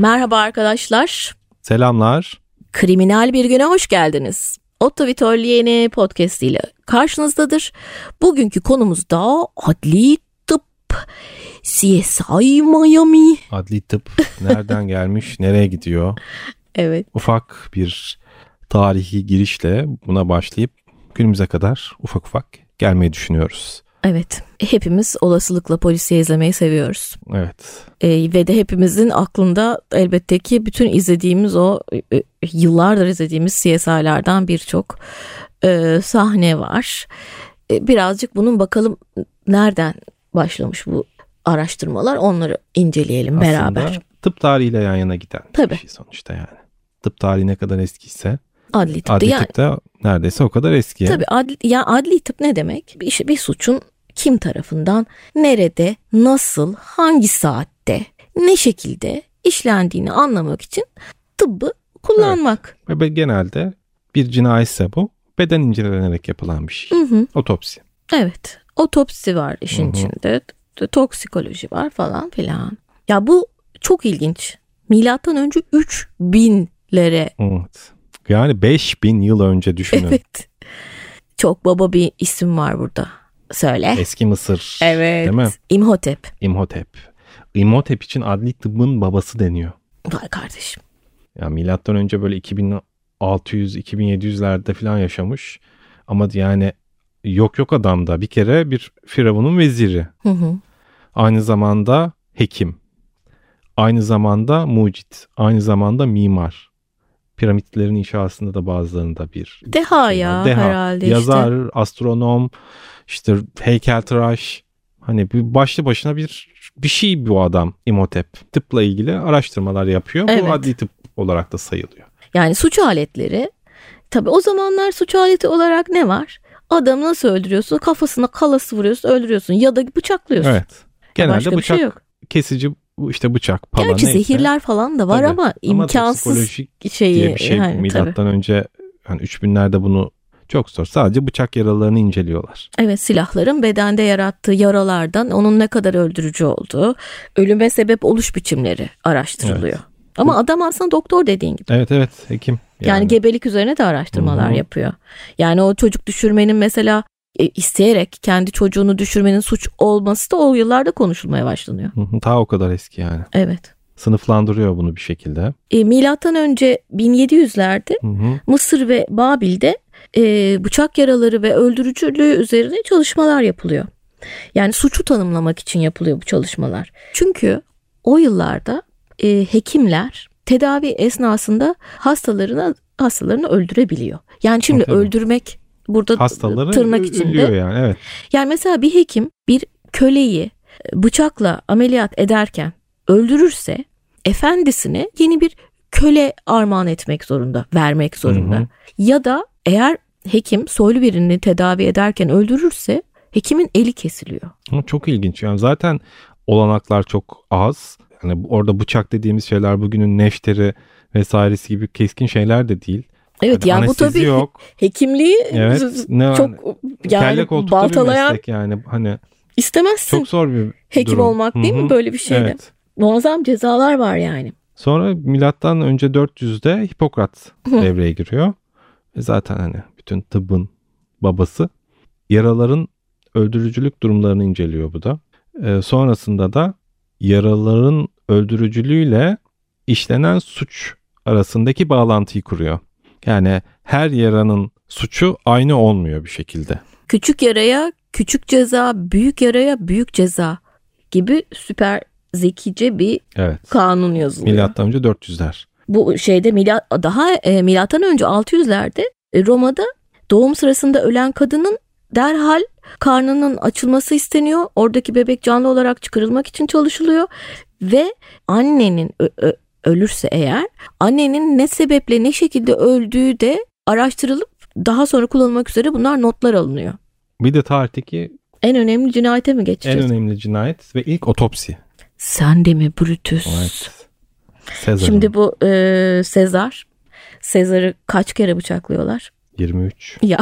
Merhaba arkadaşlar. Selamlar. Kriminal bir güne hoş geldiniz. Otto Vitolli yeni podcast ile karşınızdadır. Bugünkü konumuz da adli tıp. CSI Miami. Adli tıp nereden gelmiş, nereye gidiyor? Evet. Ufak bir tarihi girişle buna başlayıp günümüze kadar ufak ufak gelmeyi düşünüyoruz. Evet. Hepimiz olasılıkla polisiye izlemeyi seviyoruz. Evet. Ve de hepimizin aklında elbette ki bütün izlediğimiz o yıllardır izlediğimiz CSI'lardan birçok sahne var. Birazcık bunun bakalım nereden başlamış bu araştırmalar, onları inceleyelim beraber. Aslında tıp tarihiyle yan yana giden bir şey sonuçta yani. Tıp tarihi ne kadar eskiyse adli tıp da neredeyse o kadar eski. Tabii adli tıp ne demek? Bir suçun kim tarafından, nerede, nasıl, hangi saatte, ne şekilde işlendiğini anlamak için tıbbı kullanmak. Evet. Ve genelde bir cinayetse bu beden incelenerek yapılan bir şey. Hı. Otopsi. Evet. Otopsi var işin içinde. Toksikoloji var falan filan. Ya bu çok ilginç. Milattan önce 3000'lere. Evet. Yani 5000 yıl önce düşünün. Evet. Çok baba bir isim var burada. Söyle. Eski Mısır. Evet. Değil mi? İmhotep. İmhotep için adli tıbbın babası deniyor. Vay kardeşim. Ya milattan önce böyle 2600-2700'lerde falan yaşamış. Ama yani yok adamda bir kere bir firavunun veziri. Hı. Aynı zamanda hekim. Aynı zamanda mucit. Aynı zamanda mimar. Piramitlerin inşasında da bazılarında bir deha herhalde. Yazar, astronom, işte heykeltıraş. Hani başlı başına bir şey bu adam İmhotep. Tıpla ilgili araştırmalar yapıyor. Evet. Bu adli tıp olarak da sayılıyor. Yani suç aletleri. Tabii o zamanlar suç aleti olarak ne var? Adamı nasıl öldürüyorsun? Kafasına kalası vuruyorsun, öldürüyorsun ya da bıçaklıyorsun. Evet. Genelde bıçak, şey yok. Kesici işte bıçak, pala gerçi neyse. Zehirler falan da var tabii. Ama imkansız şeyi diye bir şey yani, milattan önce hani 3000'lerde bunu çok zor. Sadece bıçak yaralarını inceliyorlar. Evet, silahların bedende yarattığı yaralardan onun ne kadar öldürücü olduğu, ölüme sebep oluş biçimleri araştırılıyor. Evet. Ama adam aslında doktor dediğin gibi. Evet hekim. Yani gebelik üzerine de araştırmalar yapıyor. Yani o çocuk düşürmenin mesela isteyerek kendi çocuğunu düşürmenin suç olması da o yıllarda konuşulmaya başlanıyor. Ta o kadar eski yani. Evet. Sınıflandırıyor bunu bir şekilde. Milattan önce 1700'lerde Mısır ve Babil'de bıçak yaraları ve öldürücülüğü üzerine çalışmalar yapılıyor. Yani suçu tanımlamak için yapılıyor bu çalışmalar. Çünkü o yıllarda hekimler tedavi esnasında hastalarını öldürebiliyor. Yani şimdi öldürmek burada hastaları tırnak içinde. Yani, evet. Yani mesela bir hekim bir köleyi bıçakla ameliyat ederken öldürürse efendisine yeni bir köle armağan etmek zorunda, vermek zorunda. Ya da eğer hekim soylu birini tedavi ederken öldürürse hekimin eli kesiliyor. Çok ilginç. Yani zaten olanaklar çok az. Yani orada bıçak dediğimiz şeyler bugünün neşteri vesairesi gibi keskin şeyler de değil. Evet yani bu tabii yok. Hekimliği çok yani baltalayan yani hani istemezsin. Çok zor bir hekim durum. olmak değil mi böyle bir şeyde? Evet. Muazzam cezalar var yani. Sonra milattan önce 400'de Hipokrat devreye giriyor. Zaten hani bütün tıbbın babası. Yaraların öldürücülük durumlarını inceliyor bu da. Sonrasında da yaraların öldürücülüğüyle işlenen suç arasındaki bağlantıyı kuruyor. Yani her yaranın suçu aynı olmuyor bir şekilde. Küçük yaraya küçük ceza, büyük yaraya büyük ceza gibi süper zekice bir kanun yazılıyor. Milattan önce 400'ler. Bu şeyde milattan önce 600'lerde Roma'da doğum sırasında ölen kadının derhal karnının açılması isteniyor. Oradaki bebek canlı olarak çıkarılmak için çalışılıyor ve annenin ölürse eğer annenin ne sebeple ne şekilde öldüğü de araştırılıp daha sonra kullanılmak üzere bunlar notlar alınıyor. Bir de tarihteki en önemli cinayete mi geçeceğiz? En önemli cinayet ve ilk otopsi. Sen de mi Brutus? Evet. Sezar'ın. Şimdi bu Sezar'ı kaç kere bıçaklıyorlar? 23. Ya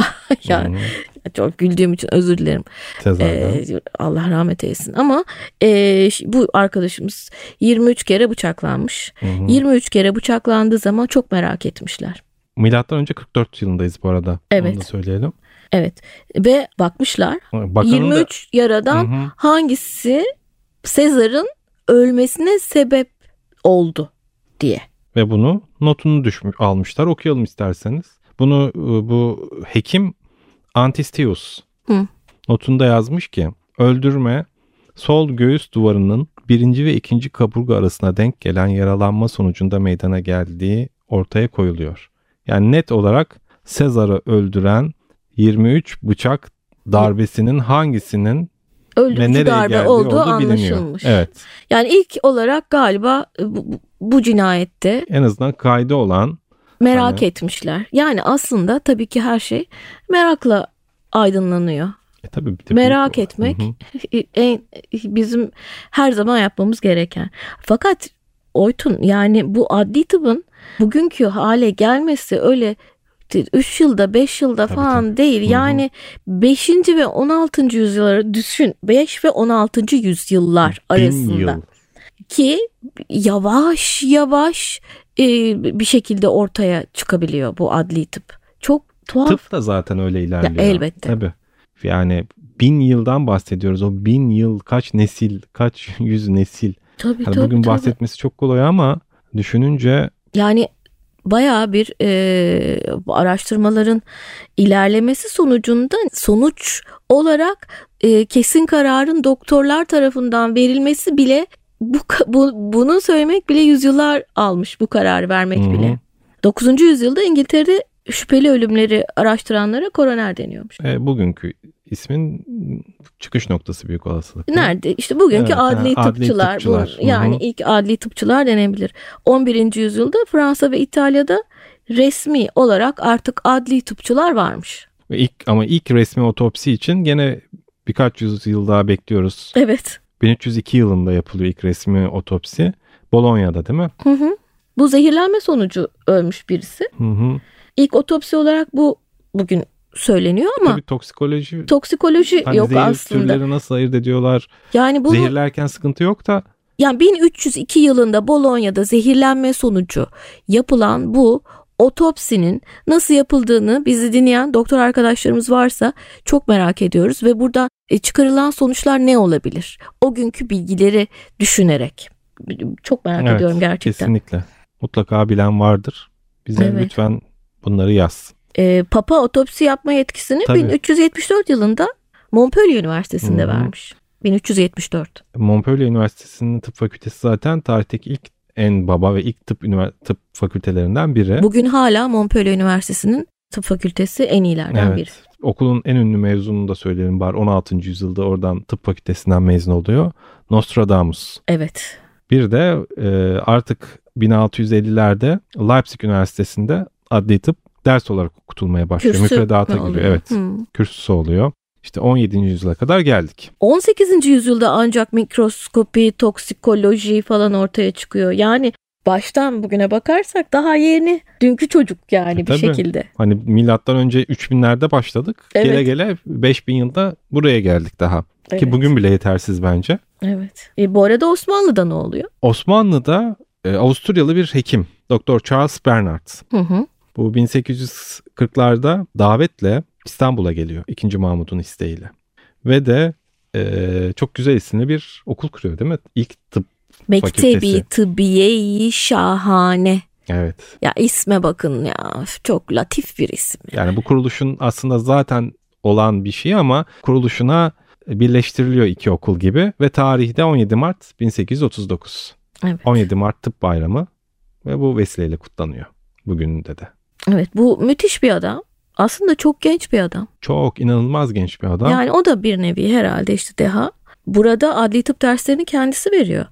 çok güldüğüm için özür dilerim. Allah rahmet eylesin. Ama bu arkadaşımız 23 kere bıçaklanmış. 23 kere bıçaklandığı zaman çok merak etmişler. Milattan önce 44 yılındayız bu arada. Evet. Onu da söyleyelim. Evet. Ve bakmışlar. 23 yaradan hangisi Sezar'ın ölmesine sebep oldu diye. Ve bunu notunu almışlar. Okuyalım isterseniz. Bunu bu hekim Antistius notunda yazmış ki öldürme sol göğüs duvarının 1. ve 2. kaburga arasına denk gelen yaralanma sonucunda meydana geldiği ortaya koyuluyor. Yani net olarak Sezar'ı öldüren 23 bıçak darbesinin hangisinin öldürücü darbe olduğu anlaşılmış. Evet. Yani ilk olarak galiba bu cinayette en azından kaydı olan merak etmişler. Yani aslında tabii ki her şey merakla aydınlanıyor. Tabii merak etmek bizim her zaman yapmamız gereken. Fakat Oytun, yani bu adli tıbbın bugünkü hale gelmesi öyle 3 yılda 5 yılda falan değil. Yani 5. ve 16. yüzyılları düşün. 5 ve 16. yüzyıllar arasında. Ki yavaş yavaş bir şekilde ortaya çıkabiliyor bu adli tıp. Çok tuhaf. Tıp da zaten öyle ilerliyor. Ya, elbette. Tabii. Yani 1000 yıldan bahsediyoruz. O 1000 yıl kaç nesil, kaç yüz nesil. Tabii, yani bugün bahsetmesi çok kolay ama düşününce yani bayağı bir araştırmaların ilerlemesi sonucunda sonuç olarak kesin kararın doktorlar tarafından verilmesi bile bunu söylemek bile yüzyıllar almış, bu kararı vermek bile. 9. yüzyılda İngiltere'de şüpheli ölümleri araştıranlara koroner deniyormuş. Bugünkü ismin çıkış noktası büyük olasılık. Nerede? İşte bugünkü adli tıpçılar. Yani ilk adli tıpçılar denebilir. 11. yüzyılda Fransa ve İtalya'da resmi olarak artık adli tıpçılar varmış. Ve ilk resmi otopsi için gene birkaç yüzyıl daha bekliyoruz. Evet. 1302 yılında yapılıyor ilk resmi otopsi. Bolonya'da değil mi? Bu zehirlenme sonucu ölmüş birisi. İlk otopsi olarak bu bugün söyleniyor ama tabii toksikoloji hani yok zehir aslında. Türleri nasıl ayırt ediyorlar? Yani bunu zehirlerken sıkıntı yok da. Yani 1302 yılında Bolonya'da zehirlenme sonucu yapılan bu otopsinin nasıl yapıldığını bizi dinleyen doktor arkadaşlarımız varsa çok merak ediyoruz ve burada çıkarılan sonuçlar ne olabilir? O günkü bilgileri düşünerek. Çok merak ediyorum gerçekten. Kesinlikle. Mutlaka bilen vardır. Bize lütfen bunları yaz. Papa otopsi yapma yetkisini 1374 yılında Montpellier Üniversitesi'nde vermiş. 1374. Montpellier Üniversitesi'nin tıp fakültesi zaten tarihteki ilk en baba ve ilk tıp fakültelerinden biri. Bugün hala Montpellier Üniversitesi'nin tıp fakültesi en iyilerden biri. Okulun en ünlü mezununu da söyleyelim bari, 16. yüzyılda oradan tıp fakültesinden mezun oluyor. Nostradamus. Evet. Bir de artık 1650'lerde Leipzig Üniversitesi'nde adli tıp ders olarak okutulmaya başlıyor. Müfredata giriyor. Evet. Kürsüsü oluyor. İşte 17. yüzyıla kadar geldik. 18. yüzyılda ancak mikroskopi, toksikoloji falan ortaya çıkıyor. Yani baştan bugüne bakarsak daha yeni, dünkü çocuk yani bir şekilde. Hani milattan önce 3000'lerde başladık. Gele gele 5000 yılda buraya geldik daha. Evet. Ki bugün bile yetersiz bence. Evet. Bu arada Osmanlı'da ne oluyor? Osmanlı'da Avusturyalı bir hekim, Dr. Charles Bernard. Bu 1840'larda davetle İstanbul'a geliyor 2. Mahmud'un isteğiyle. Ve de çok güzel isimli bir okul kuruyor değil mi? İlk tıp fakültesi. Mektebi Tıbbiye-i Şahane. Evet. Ya isme bakın ya, çok latif bir isim. Yani bu kuruluşun aslında zaten olan bir şey ama kuruluşuna birleştiriliyor iki okul gibi ve tarihi de 17 Mart 1839. Evet. 17 Mart Tıp Bayramı ve bu vesileyle kutlanıyor bugününde de. Evet, bu müthiş bir adam. Aslında çok genç bir adam. Çok inanılmaz genç bir adam. Yani o da bir nevi herhalde işte deha. Burada adli tıp derslerini kendisi veriyor.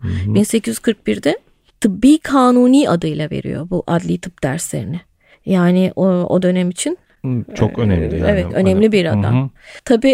1841'de tıbbi kanuni adıyla veriyor bu adli tıp derslerini. Yani o dönem için çok önemli. Yani. Evet, önemli bir adam. Tabii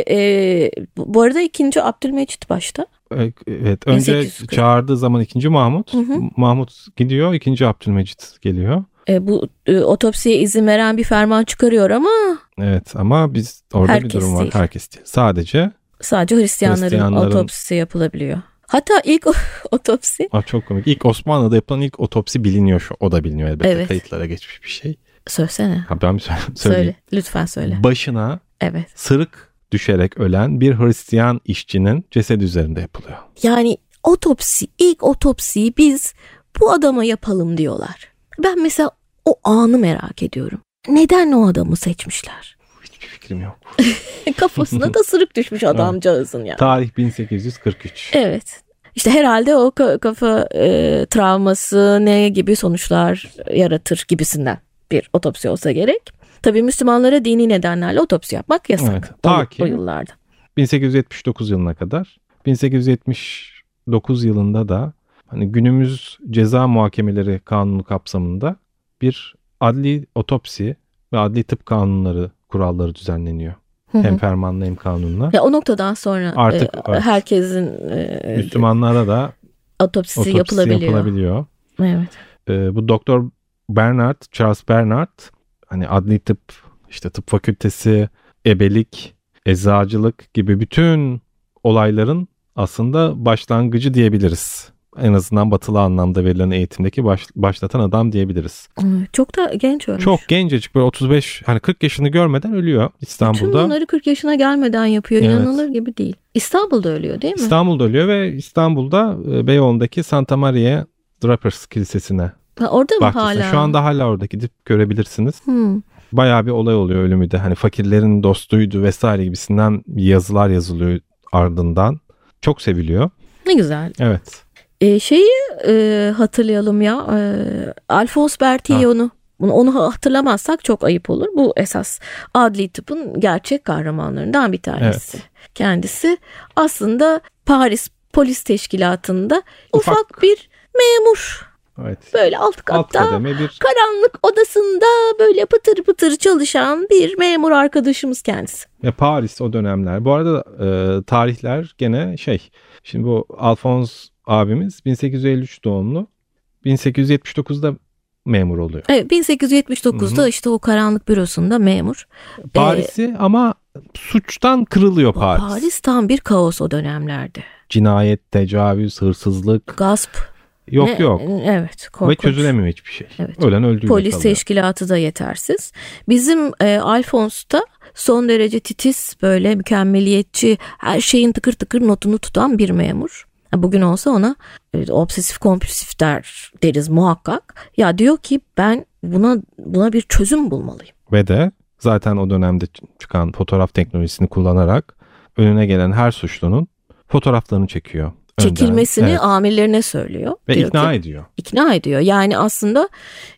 bu arada 2. Abdülmecit başta. Evet, önce 1840. Çağırdığı zaman 2. Mahmut. Mahmut gidiyor, 2. Abdülmecit geliyor. Bu otopsiye izin veren bir ferman çıkarıyor ama evet, ama biz orada herkes bir durum var. değil. Herkes değil. Sadece Hristiyanların otopsisi yapılabiliyor. Hatta ilk otopsi. Çok komik. İlk Osmanlı'da yapılan ilk otopsi biliniyor. O da biliniyor elbette. Evet. Kayıtlara geçmiş bir şey. Söylesene. Ben mi söyleyeyim? Lütfen söyle. Başına evet. sırık düşerek ölen bir Hristiyan işçinin cesedi üzerinde yapılıyor. Yani ilk otopsiyi biz bu adama yapalım diyorlar. Ben mesela o anı merak ediyorum. Neden o adamı seçmişler? Hiçbir fikrim yok. Kafasına da sırık düşmüş adamcağızın yani. Tarih 1843. Evet. İşte herhalde o kafa travması ne gibi sonuçlar yaratır gibisinden bir otopsi olsa gerek. Tabii Müslümanlara dini nedenlerle otopsi yapmak yasak. Evet, ta ki o yıllarda. 1879 yılına kadar. 1879 yılında da hani günümüz ceza muhakemeleri kanunu kapsamında bir adli otopsi ve adli tıp kanunları, kuralları düzenleniyor. Hem fermanla hem kanunla. Ya o noktadan sonra artık herkesin Müslümanlara da otopsisi yapılabiliyor. Evet. Bu Doktor Charles Bernard hani adli tıp, işte tıp fakültesi, ebelik, eczacılık gibi bütün olayların aslında başlangıcı diyebiliriz. En azından batılı anlamda verilen eğitimdeki başlatan adam diyebiliriz. Çok da genç ölmüş. Çok gencecik, böyle 35 hani 40 yaşını görmeden ölüyor İstanbul'da. Tüm bunları 40 yaşına gelmeden yapıyor. Evet. İnanılır gibi değil. İstanbul'da ölüyor değil mi? İstanbul'da ölüyor ve İstanbul'da Beyoğlu'ndaki Santa Maria Drapers Kilisesi'ne. Orada mı hala? Şu anda hala orada, gidip görebilirsiniz. Bayağı bir olay oluyor ölümü de. Hani fakirlerin dostuydu vesaire gibisinden yazılar yazılıyor ardından. Çok seviliyor. Ne güzel. Evet. Hatırlayalım ya. Alphonse Bertillon'u. Onu hatırlamazsak çok ayıp olur. Bu esas adli tıpın gerçek kahramanlarından bir tanesi. Evet. Kendisi aslında Paris Polis Teşkilatı'nda ufak bir memur. Evet. Böyle alt katta karanlık odasında böyle pıtır pıtır çalışan bir memur arkadaşımız kendisi. Paris o dönemler. Bu arada tarihler gene şimdi bu Alphonse abimiz 1853 doğumlu. 1879'da memur oluyor. Evet, 1879'da işte o karanlık bürosunda memur. Paris'i ama suçtan kırılıyor Paris. Paris tam bir kaos o dönemlerde. Cinayet, tecavüz, hırsızlık. Gasp. Yok. Evet. Korkunç. Ve çözülemiyor hiçbir şey. Evet. Ölen öldüğüyle Polis kalıyor. teşkilatı da yetersiz. Bizim Alphonse'da son derece titiz, böyle mükemmeliyetçi, her şeyin tıkır tıkır notunu tutan bir memur. Bugün olsa ona obsesif kompulsif deriz muhakkak. Ya diyor ki ben buna bir çözüm bulmalıyım. Ve de zaten o dönemde çıkan fotoğraf teknolojisini kullanarak önüne gelen her suçlunun fotoğraflarını çekiyor. Çekilmesini amirlerine söylüyor. Ve ikna ediyor. İkna ediyor. Yani aslında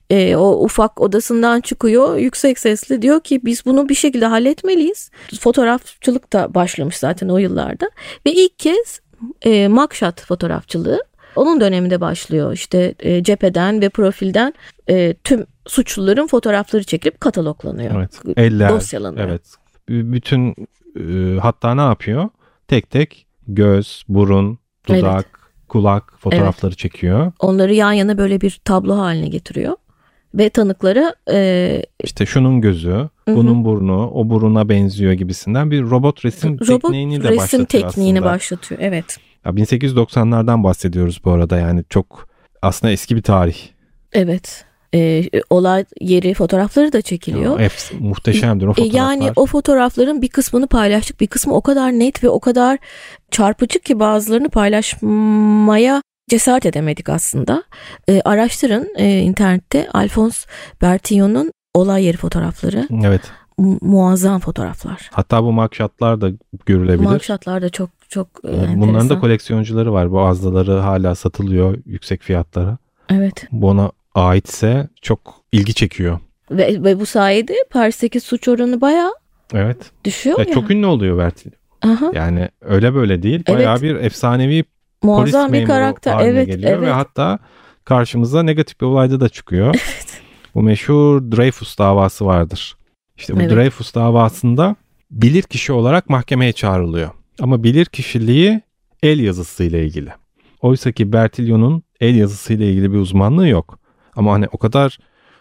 o ufak odasından çıkıyor, yüksek sesle diyor ki biz bunu bir şekilde halletmeliyiz. Fotoğrafçılık da başlamış zaten o yıllarda. Ve ilk kez mugshot fotoğrafçılığı onun döneminde başlıyor. İşte cepheden ve profilden tüm suçluların fotoğrafları çekilip kataloglanıyor. Evet. Eller, dosyalanıyor. Evet. Bütün hatta ne yapıyor? Tek tek göz, burun, dudak, kulak fotoğrafları çekiyor. Onları yan yana böyle bir tablo haline getiriyor. Ve tanıklara işte şunun gözü, bunun burnu, o buruna benziyor gibisinden bir robot resim tekniğini de başlatıyor. Evet. Ya 1890'lardan bahsediyoruz bu arada, yani çok aslında eski bir tarih. Evet. Olay yeri fotoğrafları da çekiliyor. Muhteşemdir o fotoğraflar. Yani o fotoğrafların bir kısmını paylaştık. Bir kısmı o kadar net ve o kadar çarpıcı ki bazılarını paylaşmaya cesaret edemedik aslında. Araştırın internette Alphonse Bertillon'un olay yeri fotoğrafları. Evet. Muazzam fotoğraflar. Hatta bu mugshotlar da görülebilir. Mugshotlar da çok enteresan. Bunların da koleksiyoncuları var. Bazıları hala satılıyor yüksek fiyatlara. Evet. Bu ona aitse çok ilgi çekiyor. Ve bu sayede Paris'teki suç oranı bayağı düşüyor. Çok ünlü oluyor Bertillon. Yani öyle böyle değil. Bayağı bir efsanevi muazzam polis bir karakter. haline geliyor. Ve hatta karşımıza negatif bir olayda da çıkıyor. Bu meşhur Dreyfus davası vardır. İşte bu Dreyfus davasında bilirkişi olarak mahkemeye çağrılıyor. Ama bilirkişiliği el yazısıyla ilgili. Oysa ki Bertillon'un el yazısıyla ilgili bir uzmanlığı yok. Ama hani o kadar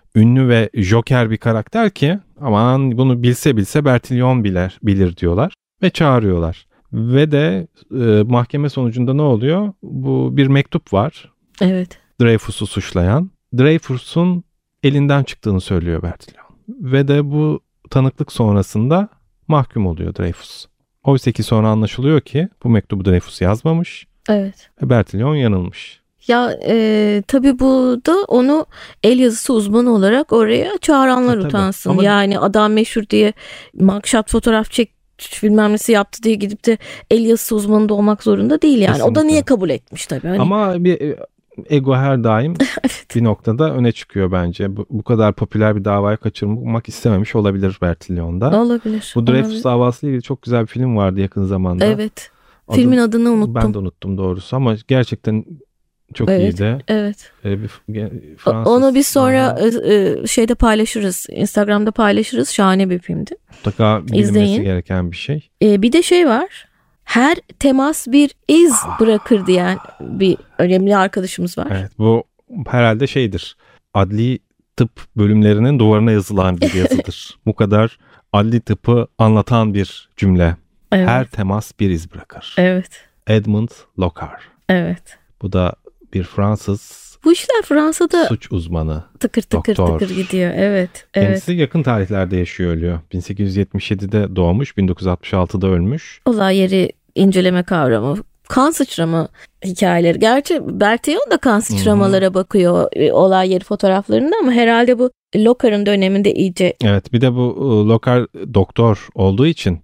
ünlü ve joker bir karakter ki aman bunu bilse Bertillon bilir diyorlar ve çağırıyorlar. Ve de mahkeme sonucunda ne oluyor? Bu bir mektup var. Evet. Dreyfus'u suçlayan. Dreyfus'un elinden çıktığını söylüyor Bertillon. Ve de bu tanıklık sonrasında mahkum oluyor Dreyfus. Oysa ki sonra anlaşılıyor ki bu mektubu Dreyfus yazmamış. Evet. Ve Bertillon yanılmış. Ya tabii bu da onu el yazısı uzmanı olarak oraya çağıranlar utansın. Ama yani adam meşhur diye mugshot fotoğraf bilmem nesi yaptı diye gidip de el yazısı uzmanı da olmak zorunda değil yani. Kesinlikle. O da niye kabul etmiş tabii. Hani... Ama bir ego her daim evet. Bir noktada öne çıkıyor bence. Bu kadar popüler bir davayı kaçırmak istememiş olabilir Bertillon'da. Olabilir. Bu Dreyfus davasıyla ilgili çok güzel bir film vardı yakın zamanda. Evet. Filmin adını unuttum. Ben de unuttum doğrusu ama gerçekten çok iyiydi. Evet. Fransız. Onu biz sonra şeyde paylaşırız. Instagram'da paylaşırız. Şahane bir filmdi. Mutlaka bilinmesi gereken bir şey. Bir de şey var. Her temas bir iz bırakır diyen bir önemli arkadaşımız var. Evet, bu herhalde şeydir. Adli tıp bölümlerinin duvarına yazılan bir yazıdır. Bu kadar adli tıpı anlatan bir cümle. Evet. Her temas bir iz bırakır. Evet. Edmund Locard. Evet. Bu da bir Fransız. Bu işler Fransa'da suç uzmanı. Tıkır gidiyor. Evet. Kendisi yakın tarihlerde yaşıyor, ölüyor. 1877'de doğmuş, 1966'da ölmüş. Olay yeri inceleme kavramı, kan sıçrama hikayeleri. Gerçi Bertillon da kan sıçramalara bakıyor olay yeri fotoğraflarında ama herhalde bu Locard'ın döneminde iyice. Evet, bir de bu Locard doktor olduğu için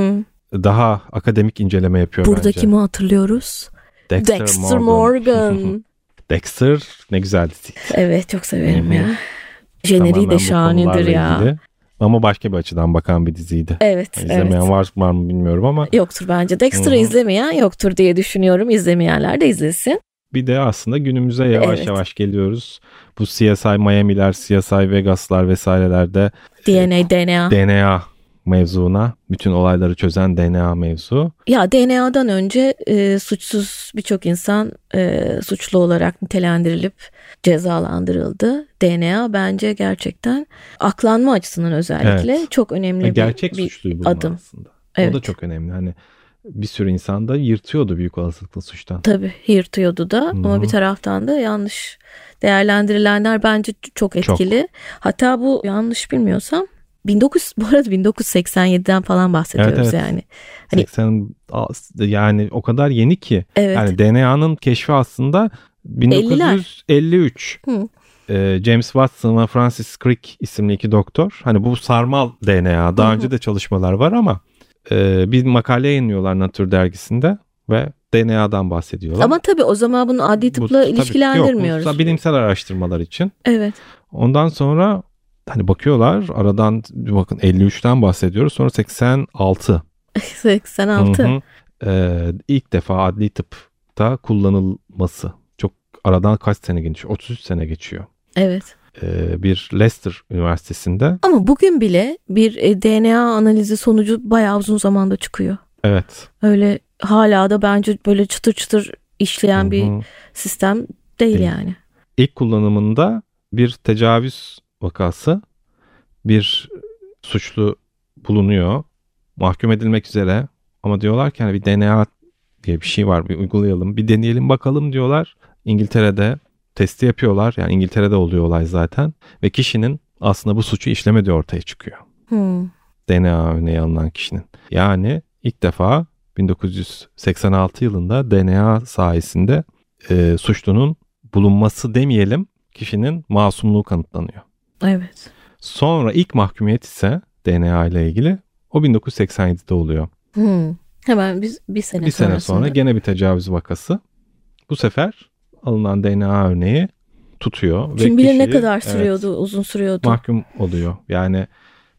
daha akademik inceleme yapıyor Burada bence. kimi hatırlıyoruz? Dexter Morgan. Dexter ne güzel diziydi. Evet, çok severim ya. Jeneriği de şahanedir ya. Ilgili. Ama başka bir açıdan bakan bir diziydi. Evet. İzlemeyen var mı bilmiyorum ama. Yoktur bence. Dexter'ı izlemeyen yoktur diye düşünüyorum. İzlemeyenler de izlesin. Bir de aslında günümüze yavaş yavaş geliyoruz. Bu CSI Miami'ler, CSI Vegas'lar vesairelerde. DNA mevzuna, bütün olayları çözen DNA mevzu. Ya DNA'dan önce suçsuz birçok insan suçlu olarak nitelendirilip cezalandırıldı. DNA bence gerçekten aklanma açısından özellikle çok önemli gerçek bir suçluyu adım. Aslında. Evet. O da çok önemli. Hani bir sürü insan da yırtıyordu büyük olasılıkla suçtan. Tabii yırtıyordu da ama bir taraftan da yanlış değerlendirilenler bence çok etkili. Çok. Hatta bu yanlış bilmiyorsam bu arada 1987'den falan bahsediyoruz yani. Hani 80 yani o kadar yeni ki. Evet. Yani DNA'nın keşfi aslında 1953. James Watson ve Francis Crick isimli iki doktor. Hani bu sarmal DNA. Daha önce de çalışmalar var ama bir makale yayınlıyorlar Nature dergisinde ve DNA'dan bahsediyorlar. Ama tabii o zaman bunu adli tıpla ilişkilendirmiyoruz. Yok, bilimsel araştırmalar için. Evet. Ondan sonra hani bakıyorlar, aradan bakın 53'ten bahsediyoruz, sonra 86. 86. İlk defa adli tıpta kullanılması. Çok aradan kaç sene geçiyor? 33 sene geçiyor. Evet. Bir Leicester Üniversitesi'nde. Ama bugün bile bir DNA analizi sonucu bayağı uzun zamanda çıkıyor. Evet. Öyle hala da bence böyle çıtır çıtır işleyen bir sistem değil yani. İlk kullanımında bir tecavüz vakası, bir suçlu bulunuyor, mahkum edilmek üzere ama diyorlar ki hani bir DNA diye bir şey var, bir uygulayalım, bir deneyelim bakalım diyorlar. İngiltere'de testi yapıyorlar, yani İngiltere'de oluyor olay zaten ve kişinin aslında bu suçu işlemediği ortaya çıkıyor. DNA örneği alınan kişinin. Yani ilk defa 1986 yılında DNA sayesinde suçlunun bulunması demeyelim, kişinin masumluğu kanıtlanıyor. Evet. Sonra ilk mahkumiyet ise DNA ile ilgili o 1987'de oluyor. Hemen bir sene sonra gene bir tecavüz vakası. Bu sefer alınan DNA örneği tutuyor. Kim bilir ne kadar sürüyordu, uzun sürüyordu. Mahkum oluyor. Yani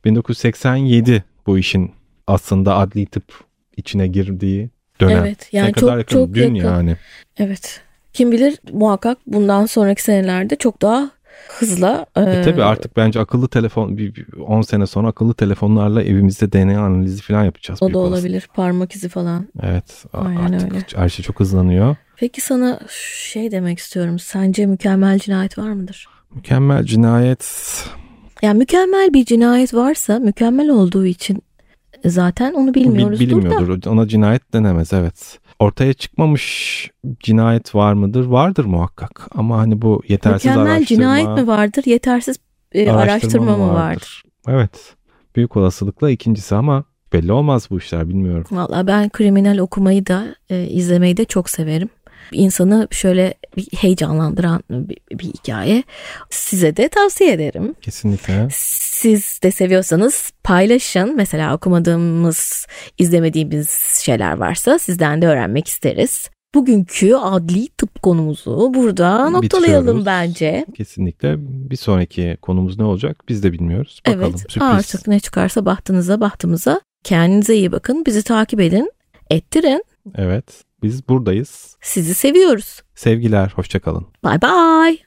1987 bu işin aslında adli tıp içine girdiği dönem. Evet, yani çok dün yakın. Yani. Evet. Kim bilir muhakkak bundan sonraki senelerde çok daha hızla. Tabii artık bence akıllı telefon 10 sene sonra akıllı telefonlarla evimizde DNA analizi falan yapacağız. O da olabilir. Aslında. Parmak izi falan. Evet. Aynen artık öyle. Her şey çok hızlanıyor. Peki sana demek istiyorum. Sence mükemmel cinayet var mıdır? Mükemmel cinayet. Yani mükemmel bir cinayet varsa mükemmel olduğu için zaten onu bilmiyoruzdur bilinmiyordur. da. Ona cinayet denemez, evet. Ortaya çıkmamış cinayet var mıdır? Vardır muhakkak. Ama hani bu yetersiz mükemmel araştırma. Mükemmel cinayet mi vardır? Yetersiz araştırma mı vardır? Evet. Büyük olasılıkla ikincisi ama belli olmaz bu işler, bilmiyorum. Vallahi ben kriminal okumayı da izlemeyi de çok severim. İnsanı şöyle bir heyecanlandıran bir hikaye. Size de tavsiye ederim. Kesinlikle. Siz de seviyorsanız paylaşın. Mesela okumadığımız, izlemediğimiz şeyler varsa sizden de öğrenmek isteriz. Bugünkü adli tıp konumuzu burada noktalayalım bence. Kesinlikle. Bir sonraki konumuz ne olacak biz de bilmiyoruz. Bakalım, evet, sürpriz. Artık ne çıkarsa bahtımıza. Kendinize iyi bakın. Bizi takip edin. Ettirin. Evet. Biz buradayız. Sizi seviyoruz. Sevgiler. Hoşça kalın. Bye bye.